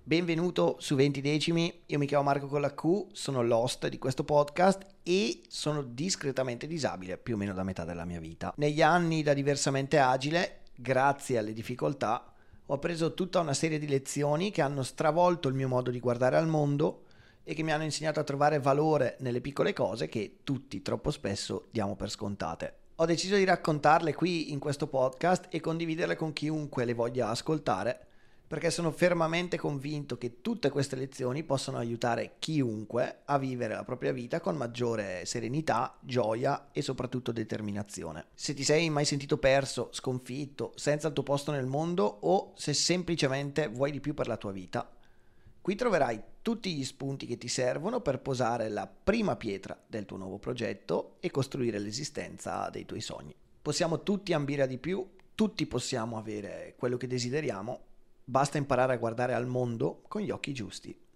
Benvenuto su 20 decimi, io mi chiamo Marco con la Q, sono l'host di questo podcast e sono discretamente disabile più o meno da metà della mia vita. Negli anni da diversamente agile, grazie alle difficoltà, ho appreso tutta una serie di lezioni che hanno stravolto il mio modo di guardare al mondo e che mi hanno insegnato a trovare valore nelle piccole cose che tutti troppo spesso diamo per scontate. Ho deciso di raccontarle qui in questo podcast e condividerle con chiunque le voglia ascoltare, perché sono fermamente convinto che tutte queste lezioni possono aiutare chiunque a vivere la propria vita con maggiore serenità, gioia e soprattutto determinazione. Se ti sei mai sentito perso, sconfitto, senza il tuo posto nel mondo o se semplicemente vuoi di più per la tua vita, qui troverai tutti gli spunti che ti servono per posare la prima pietra del tuo nuovo progetto e costruire l'esistenza dei tuoi sogni. Possiamo tutti ambire a di più, tutti possiamo avere quello che desideriamo. Basta imparare a guardare al mondo con gli occhi giusti.